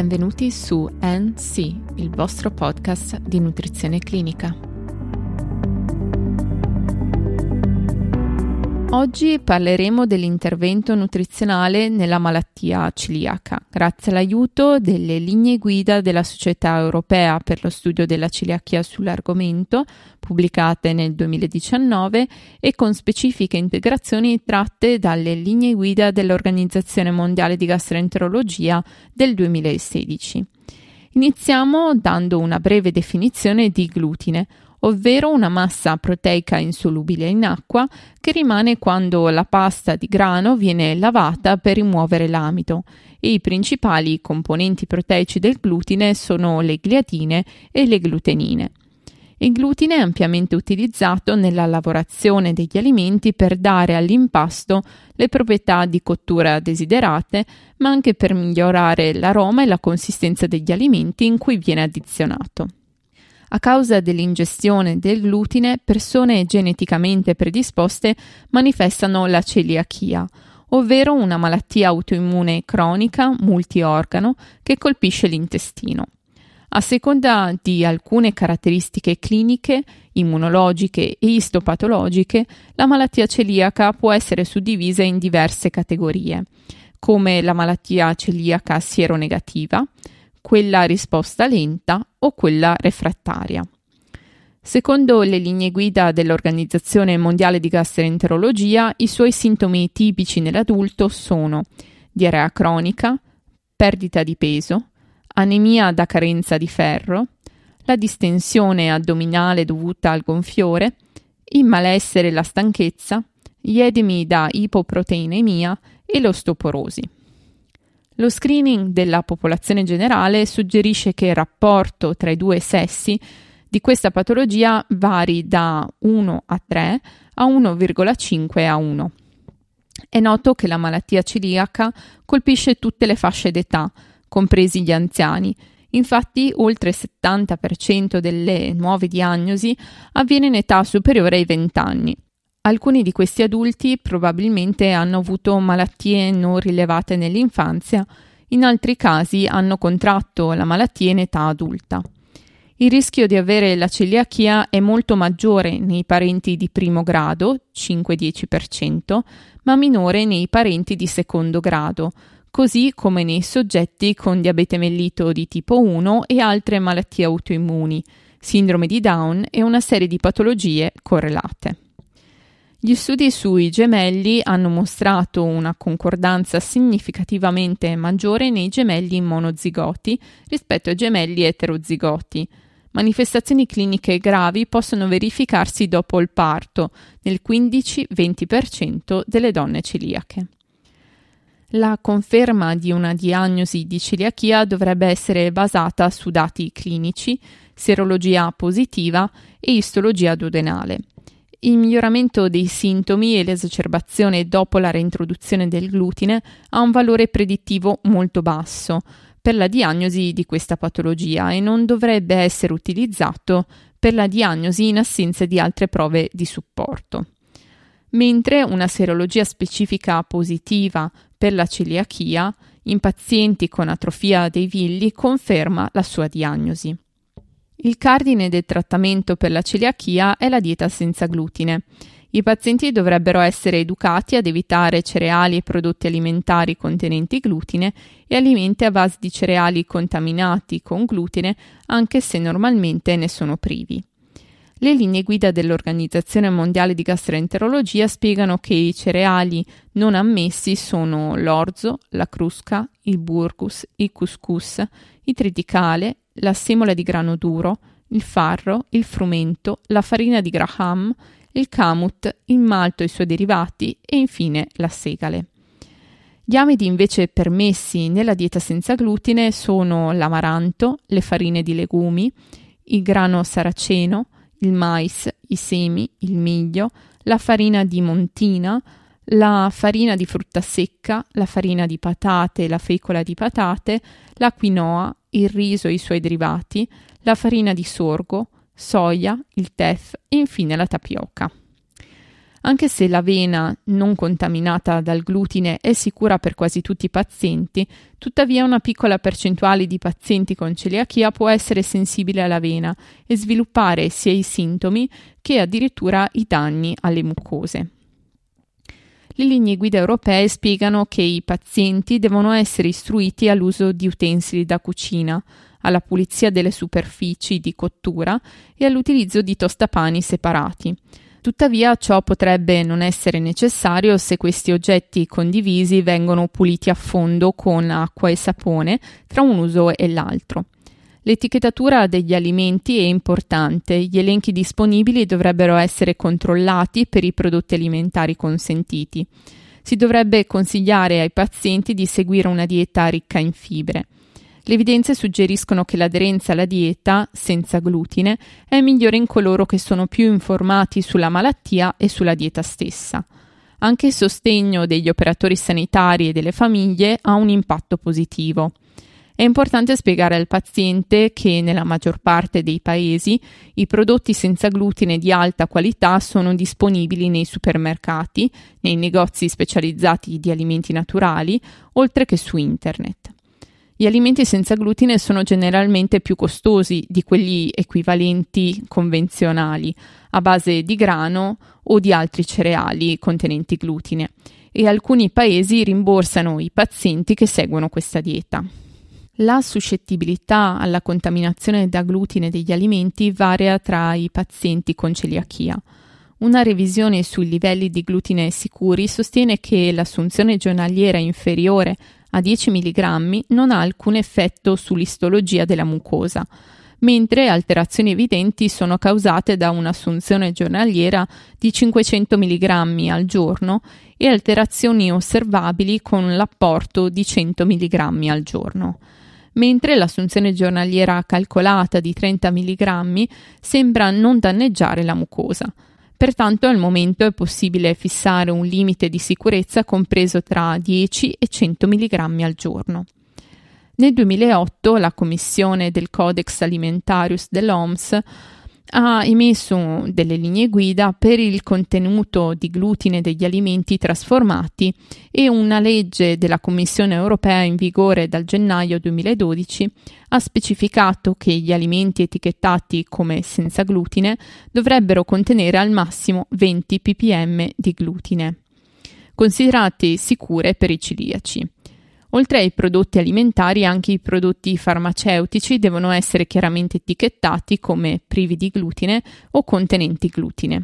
Benvenuti su NC, il vostro podcast di nutrizione clinica. Oggi parleremo dell'intervento nutrizionale nella malattia celiaca, grazie all'aiuto delle linee guida della Società Europea per lo studio della celiachia sull'argomento, pubblicate nel 2019, e con specifiche integrazioni tratte dalle linee guida dell'Organizzazione Mondiale di Gastroenterologia del 2016. Iniziamo dando una breve definizione di glutine, ovvero una massa proteica insolubile in acqua che rimane quando la pasta di grano viene lavata per rimuovere l'amido, e i principali componenti proteici del glutine sono le gliadine e le glutenine. Il glutine è ampiamente utilizzato nella lavorazione degli alimenti per dare all'impasto le proprietà di cottura desiderate, ma anche per migliorare l'aroma e la consistenza degli alimenti in cui viene addizionato. A causa dell'ingestione del glutine, persone geneticamente predisposte manifestano la celiachia, ovvero una malattia autoimmune cronica multiorgano che colpisce l'intestino. A seconda di alcune caratteristiche cliniche, immunologiche e istopatologiche, la malattia celiaca può essere suddivisa in diverse categorie, come la malattia celiaca sieronegativa, quella a risposta lenta o quella refrattaria. Secondo le linee guida dell'Organizzazione Mondiale di Gastroenterologia, i suoi sintomi tipici nell'adulto sono diarrea cronica, perdita di peso, anemia da carenza di ferro, la distensione addominale dovuta al gonfiore, il malessere e la stanchezza, gli edemi da ipoproteinemia e l'osteoporosi. Lo screening della popolazione generale suggerisce che il rapporto tra i due sessi di questa patologia vari da 1 a 3 a 1,5 a 1. È noto che la malattia celiaca colpisce tutte le fasce d'età, compresi gli anziani. Infatti, oltre il 70% delle nuove diagnosi avviene in età superiore ai 20 anni. Alcuni di questi adulti probabilmente hanno avuto malattie non rilevate nell'infanzia, in altri casi hanno contratto la malattia in età adulta. Il rischio di avere la celiachia è molto maggiore nei parenti di primo grado, 5-10%, ma minore nei parenti di secondo grado, così come nei soggetti con diabete mellito di tipo 1 e altre malattie autoimmuni, sindrome di Down e una serie di patologie correlate. Gli studi sui gemelli hanno mostrato una concordanza significativamente maggiore nei gemelli monozigoti rispetto ai gemelli eterozigoti. Manifestazioni cliniche gravi possono verificarsi dopo il parto nel 15-20% delle donne celiache. La conferma di una diagnosi di celiachia dovrebbe essere basata su dati clinici, serologia positiva e istologia duodenale. Il miglioramento dei sintomi e l'esacerbazione dopo la reintroduzione del glutine ha un valore predittivo molto basso per la diagnosi di questa patologia e non dovrebbe essere utilizzato per la diagnosi in assenza di altre prove di supporto. Mentre una serologia specifica positiva per la celiachia in pazienti con atrofia dei villi conferma la sua diagnosi. Il cardine del trattamento per la celiachia è la dieta senza glutine. I pazienti dovrebbero essere educati ad evitare cereali e prodotti alimentari contenenti glutine e alimenti a base di cereali contaminati con glutine, anche se normalmente ne sono privi. Le linee guida dell'Organizzazione Mondiale di Gastroenterologia spiegano che i cereali non ammessi sono l'orzo, la crusca, il burgos, il couscous, il triticale, la semola di grano duro, il farro, il frumento, la farina di graham, il kamut, il malto e i suoi derivati e infine la segale. Gli amidi invece permessi nella dieta senza glutine sono l'amaranto, le farine di legumi, il grano saraceno, il mais, i semi, il miglio, la farina di montina, la farina di frutta secca, la farina di patate e la fecola di patate, la quinoa, il riso e i suoi derivati, la farina di sorgo, soia, il teff e infine la tapioca. Anche se l'avena non contaminata dal glutine è sicura per quasi tutti i pazienti, tuttavia una piccola percentuale di pazienti con celiachia può essere sensibile all'avena e sviluppare sia i sintomi che addirittura i danni alle mucose. Le linee guida europee spiegano che i pazienti devono essere istruiti all'uso di utensili da cucina, alla pulizia delle superfici di cottura e all'utilizzo di tostapani separati. Tuttavia ciò potrebbe non essere necessario se questi oggetti condivisi vengono puliti a fondo con acqua e sapone tra un uso e l'altro. L'etichettatura degli alimenti è importante, gli elenchi disponibili dovrebbero essere controllati per i prodotti alimentari consentiti. Si dovrebbe consigliare ai pazienti di seguire una dieta ricca in fibre. Le evidenze suggeriscono che l'aderenza alla dieta senza glutine è migliore in coloro che sono più informati sulla malattia e sulla dieta stessa. Anche il sostegno degli operatori sanitari e delle famiglie ha un impatto positivo. È importante spiegare al paziente che nella maggior parte dei paesi i prodotti senza glutine di alta qualità sono disponibili nei supermercati, nei negozi specializzati di alimenti naturali, oltre che su internet. Gli alimenti senza glutine sono generalmente più costosi di quelli equivalenti convenzionali, a base di grano o di altri cereali contenenti glutine, e alcuni paesi rimborsano i pazienti che seguono questa dieta. La suscettibilità alla contaminazione da glutine degli alimenti varia tra i pazienti con celiachia. Una revisione sui livelli di glutine sicuri sostiene che l'assunzione giornaliera inferiore a 10 mg non ha alcun effetto sull'istologia della mucosa, mentre alterazioni evidenti sono causate da un'assunzione giornaliera di 500 mg al giorno e alterazioni osservabili con l'apporto di 100 mg al giorno. Mentre l'assunzione giornaliera calcolata di 30 mg sembra non danneggiare la mucosa. Pertanto al momento è possibile fissare un limite di sicurezza compreso tra 10 e 100 mg al giorno. Nel 2008 la Commissione del Codex Alimentarius dell'OMS ha emesso delle linee guida per il contenuto di glutine degli alimenti trasformati e una legge della Commissione europea in vigore dal gennaio 2012 ha specificato che gli alimenti etichettati come senza glutine dovrebbero contenere al massimo 20 ppm di glutine, considerate sicure per i celiaci. Oltre ai prodotti alimentari, anche i prodotti farmaceutici devono essere chiaramente etichettati come privi di glutine o contenenti glutine.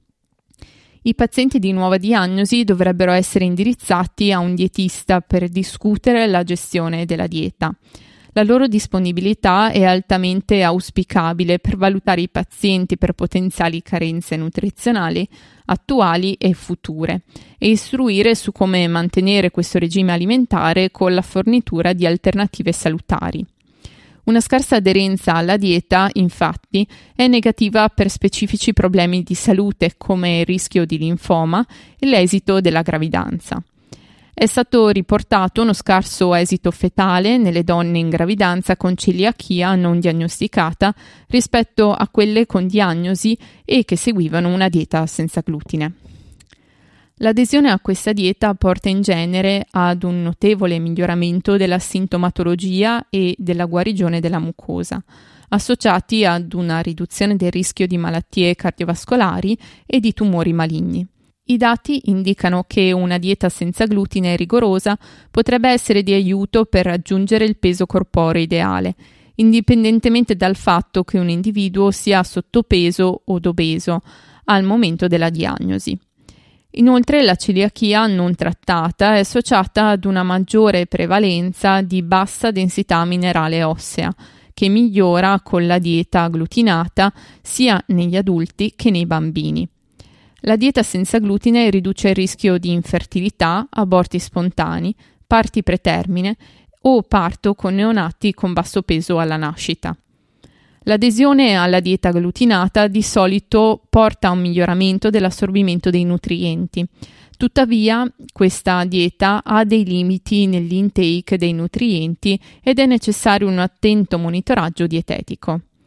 I pazienti di nuova diagnosi dovrebbero essere indirizzati a un dietista per discutere la gestione della dieta. La loro disponibilità è altamente auspicabile per valutare i pazienti per potenziali carenze nutrizionali attuali e future e istruire su come mantenere questo regime alimentare con la fornitura di alternative salutari. Una scarsa aderenza alla dieta, infatti, è negativa per specifici problemi di salute come il rischio di linfoma e l'esito della gravidanza. È stato riportato uno scarso esito fetale nelle donne in gravidanza con celiachia non diagnosticata rispetto a quelle con diagnosi e che seguivano una dieta senza glutine. L'adesione a questa dieta porta in genere ad un notevole miglioramento della sintomatologia e della guarigione della mucosa, associati ad una riduzione del rischio di malattie cardiovascolari e di tumori maligni. I dati indicano che una dieta senza glutine rigorosa potrebbe essere di aiuto per raggiungere il peso corporeo ideale, indipendentemente dal fatto che un individuo sia sottopeso o obeso al momento della diagnosi. Inoltre la celiachia non trattata è associata ad una maggiore prevalenza di bassa densità minerale ossea, che migliora con la dieta glutinata sia negli adulti che nei bambini. La dieta senza glutine riduce il rischio di infertilità, aborti spontanei, parti pretermine o parto con neonati con basso peso alla nascita. L'adesione alla dieta glutinata di solito porta a un miglioramento dell'assorbimento dei nutrienti. Tuttavia, questa dieta ha dei limiti nell'intake dei nutrienti ed è necessario un attento monitoraggio dietetico.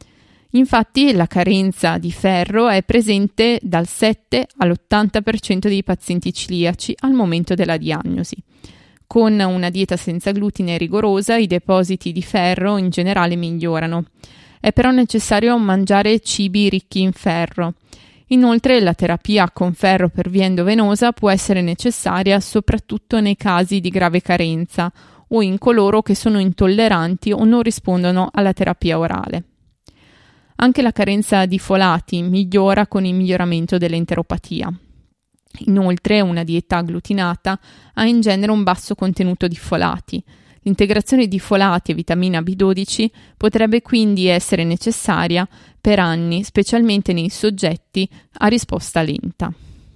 Infatti la carenza di ferro è presente dal 7 all'80% dei pazienti celiaci al momento della diagnosi. Con una dieta senza glutine rigorosa i depositi di ferro in generale migliorano. È però necessario mangiare cibi ricchi in ferro. Inoltre la terapia con ferro per via endovenosa può essere necessaria soprattutto nei casi di grave carenza o in coloro che sono intolleranti o non rispondono alla terapia orale. Anche la carenza di folati migliora con il miglioramento dell'enteropatia. Inoltre una dieta agglutinata ha in genere un basso contenuto di folati. L'integrazione di folati e vitamina B12 potrebbe quindi essere necessaria per anni, specialmente nei soggetti a risposta lenta.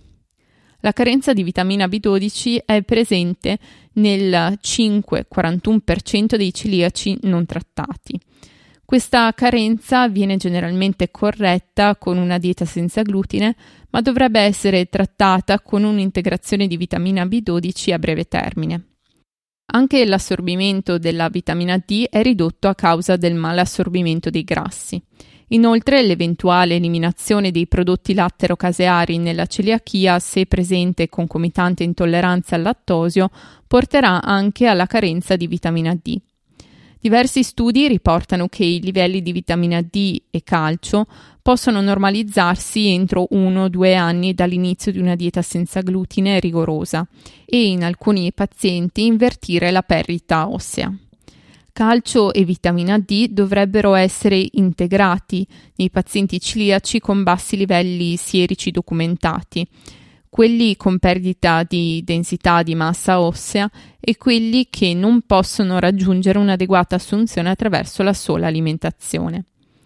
La carenza di vitamina B12 è presente nel 5-41% dei celiaci non trattati. Questa carenza viene generalmente corretta con una dieta senza glutine, ma dovrebbe essere trattata con un'integrazione di vitamina B12 a breve termine. Anche l'assorbimento della vitamina D è ridotto a causa del malassorbimento dei grassi. Inoltre, l'eventuale eliminazione dei prodotti lattiero-caseari nella celiachia, se presente concomitante intolleranza al lattosio, porterà anche alla carenza di vitamina D. Diversi studi riportano che i livelli di vitamina D e calcio possono normalizzarsi entro 1-2 anni dall'inizio di una dieta senza glutine rigorosa e in alcuni pazienti invertire la perdita ossea. Calcio e vitamina D dovrebbero essere integrati nei pazienti celiaci con bassi livelli sierici documentati, quelli con perdita di densità di massa ossea e quelli che non possono raggiungere un'adeguata assunzione attraverso la sola alimentazione.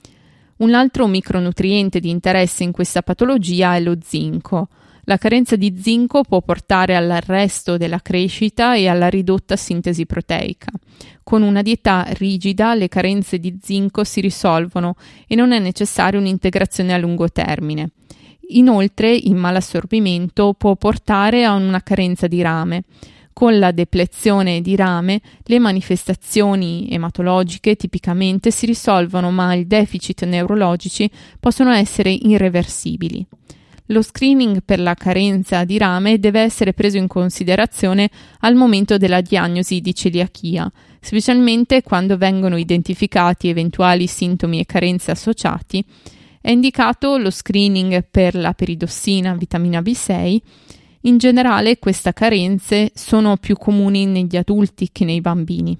Un altro micronutriente di interesse in questa patologia è lo zinco. La carenza di zinco può portare all'arresto della crescita e alla ridotta sintesi proteica. Con una dieta rigida le carenze di zinco si risolvono e non è necessaria un'integrazione a lungo termine. Inoltre il malassorbimento può portare a una carenza di rame. Con la deplezione di rame le manifestazioni ematologiche tipicamente si risolvono, ma i deficit neurologici possono essere irreversibili. Lo screening per la carenza di rame deve essere preso in considerazione al momento della diagnosi di celiachia, specialmente quando vengono identificati eventuali sintomi e carenze associati. È indicato lo screening per la peridossina, vitamina B6. In generale queste carenze sono più comuni negli adulti che nei bambini.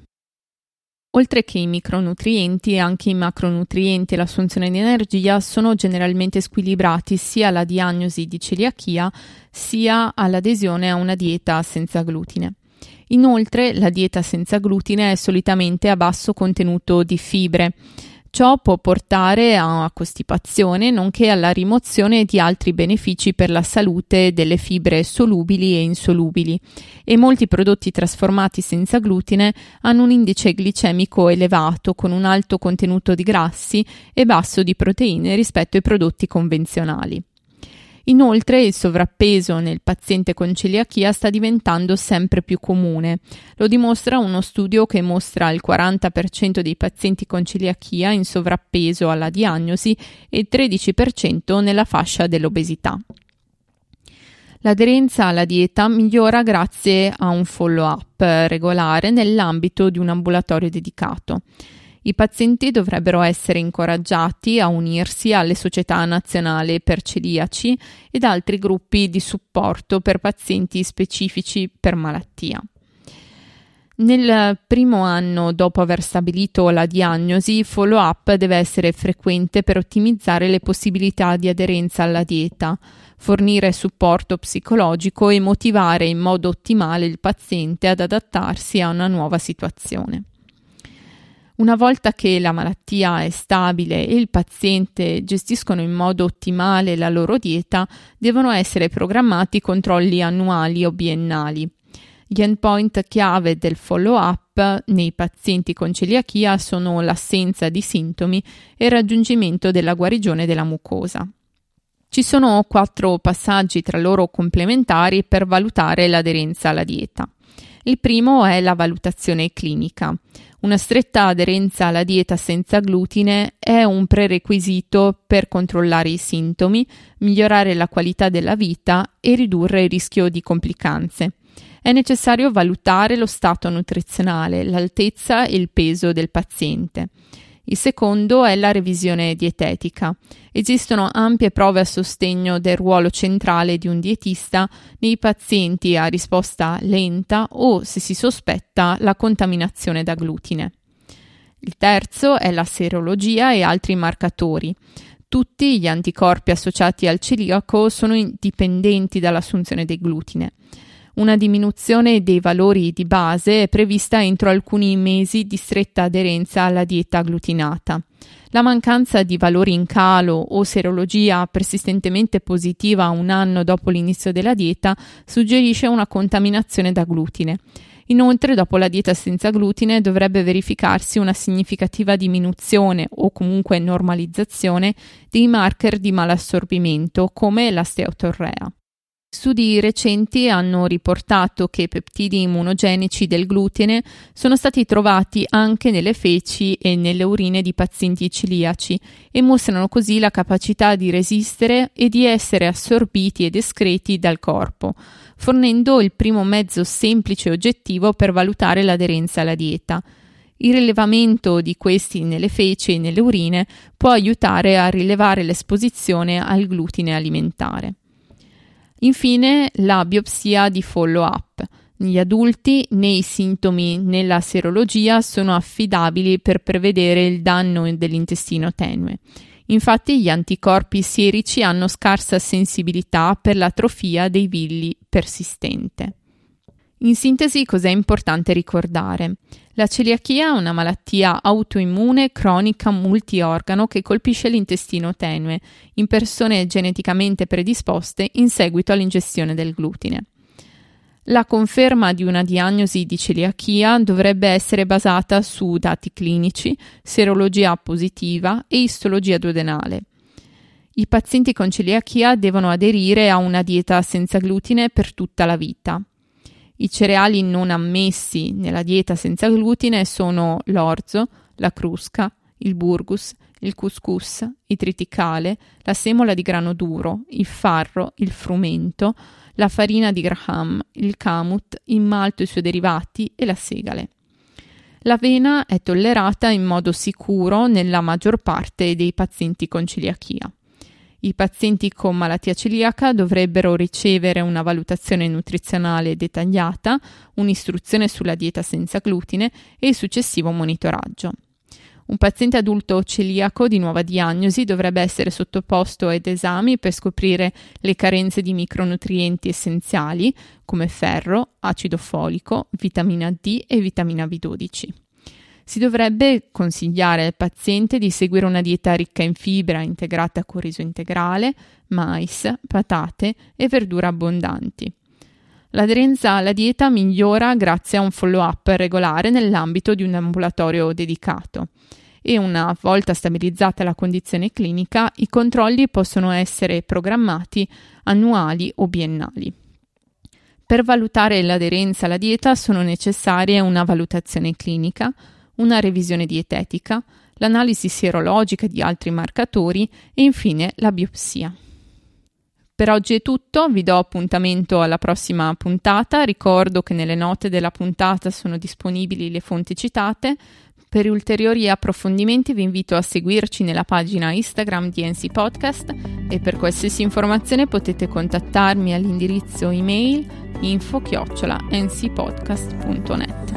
Oltre che i micronutrienti, anche i macronutrienti e l'assunzione di energia sono generalmente squilibrati sia alla diagnosi di celiachia sia all'adesione a una dieta senza glutine. Inoltre, la dieta senza glutine è solitamente a basso contenuto di fibre. Ciò può portare a costipazione, nonché alla rimozione di altri benefici per la salute delle fibre solubili e insolubili, e molti prodotti trasformati senza glutine hanno un indice glicemico elevato, con un alto contenuto di grassi e basso di proteine rispetto ai prodotti convenzionali. Inoltre il sovrappeso nel paziente con celiachia sta diventando sempre più comune. Lo dimostra uno studio che mostra il 40% dei pazienti con celiachia in sovrappeso alla diagnosi e il 13% nella fascia dell'obesità. L'aderenza alla dieta migliora grazie a un follow-up regolare nell'ambito di un ambulatorio dedicato. I pazienti dovrebbero essere incoraggiati a unirsi alle società nazionali per celiaci ed altri gruppi di supporto per pazienti specifici per malattia. Nel primo anno dopo aver stabilito la diagnosi, il follow-up deve essere frequente per ottimizzare le possibilità di aderenza alla dieta, fornire supporto psicologico e motivare in modo ottimale il paziente ad adattarsi a una nuova situazione. Una volta che la malattia è stabile e il paziente gestiscono in modo ottimale la loro dieta, devono essere programmati controlli annuali o biennali. Gli endpoint chiave del follow-up nei pazienti con celiachia sono l'assenza di sintomi e il raggiungimento della guarigione della mucosa. Ci sono 4 passaggi tra loro complementari per valutare l'aderenza alla dieta. Il primo è la valutazione clinica. Una stretta aderenza alla dieta senza glutine è un prerequisito per controllare i sintomi, migliorare la qualità della vita e ridurre il rischio di complicanze. È necessario valutare lo stato nutrizionale, l'altezza e il peso del paziente. Il secondo è la revisione dietetica. Esistono ampie prove a sostegno del ruolo centrale di un dietista nei pazienti a risposta lenta o, se si sospetta, la contaminazione da glutine. Il terzo è la serologia e altri marcatori. Tutti gli anticorpi associati al celiaco sono dipendenti dall'assunzione del glutine. Una diminuzione dei valori di base è prevista entro alcuni mesi di stretta aderenza alla dieta glutinata. La mancanza di valori in calo o serologia persistentemente positiva un anno dopo l'inizio della dieta suggerisce una contaminazione da glutine. Inoltre, dopo la dieta senza glutine dovrebbe verificarsi una significativa diminuzione o comunque normalizzazione dei marker di malassorbimento come la steatorrea. Studi recenti hanno riportato che peptidi immunogenici del glutine sono stati trovati anche nelle feci e nelle urine di pazienti celiaci e mostrano così la capacità di resistere e di essere assorbiti ed escreti dal corpo, fornendo il primo mezzo semplice e oggettivo per valutare l'aderenza alla dieta. Il rilevamento di questi nelle feci e nelle urine può aiutare a rilevare l'esposizione al glutine alimentare. Infine, la biopsia di follow-up. Negli adulti né i sintomi né la serologia sono affidabili per prevedere il danno dell'intestino tenue. Infatti, gli anticorpi sierici hanno scarsa sensibilità per l'atrofia dei villi persistente. In sintesi, cos'è importante ricordare? La celiachia è una malattia autoimmune cronica multiorgano che colpisce l'intestino tenue in persone geneticamente predisposte in seguito all'ingestione del glutine. La conferma di una diagnosi di celiachia dovrebbe essere basata su dati clinici, serologia positiva e istologia duodenale. I pazienti con celiachia devono aderire a una dieta senza glutine per tutta la vita. I cereali non ammessi nella dieta senza glutine sono l'orzo, la crusca, il burgus, il couscous, il triticale, la semola di grano duro, il farro, il frumento, la farina di graham, il kamut, il malto e i suoi derivati e la segale. L'avena è tollerata in modo sicuro nella maggior parte dei pazienti con celiachia. I pazienti con malattia celiaca dovrebbero ricevere una valutazione nutrizionale dettagliata, un'istruzione sulla dieta senza glutine e il successivo monitoraggio. Un paziente adulto celiaco di nuova diagnosi dovrebbe essere sottoposto ad esami per scoprire le carenze di micronutrienti essenziali come ferro, acido folico, vitamina D e vitamina B12. Si dovrebbe consigliare al paziente di seguire una dieta ricca in fibra integrata con riso integrale, mais, patate e verdure abbondanti. L'aderenza alla dieta migliora grazie a un follow-up regolare nell'ambito di un ambulatorio dedicato e una volta stabilizzata la condizione clinica, i controlli possono essere programmati annuali o biennali. Per valutare l'aderenza alla dieta sono necessarie una valutazione clinica, una revisione dietetica, l'analisi sierologica di altri marcatori e infine la biopsia. Per oggi è tutto, vi do appuntamento alla prossima puntata. Ricordo che nelle note della puntata sono disponibili le fonti citate. Per ulteriori approfondimenti vi invito a seguirci nella pagina Instagram di NC Podcast e per qualsiasi informazione potete contattarmi all'indirizzo email info@ncpodcast.net.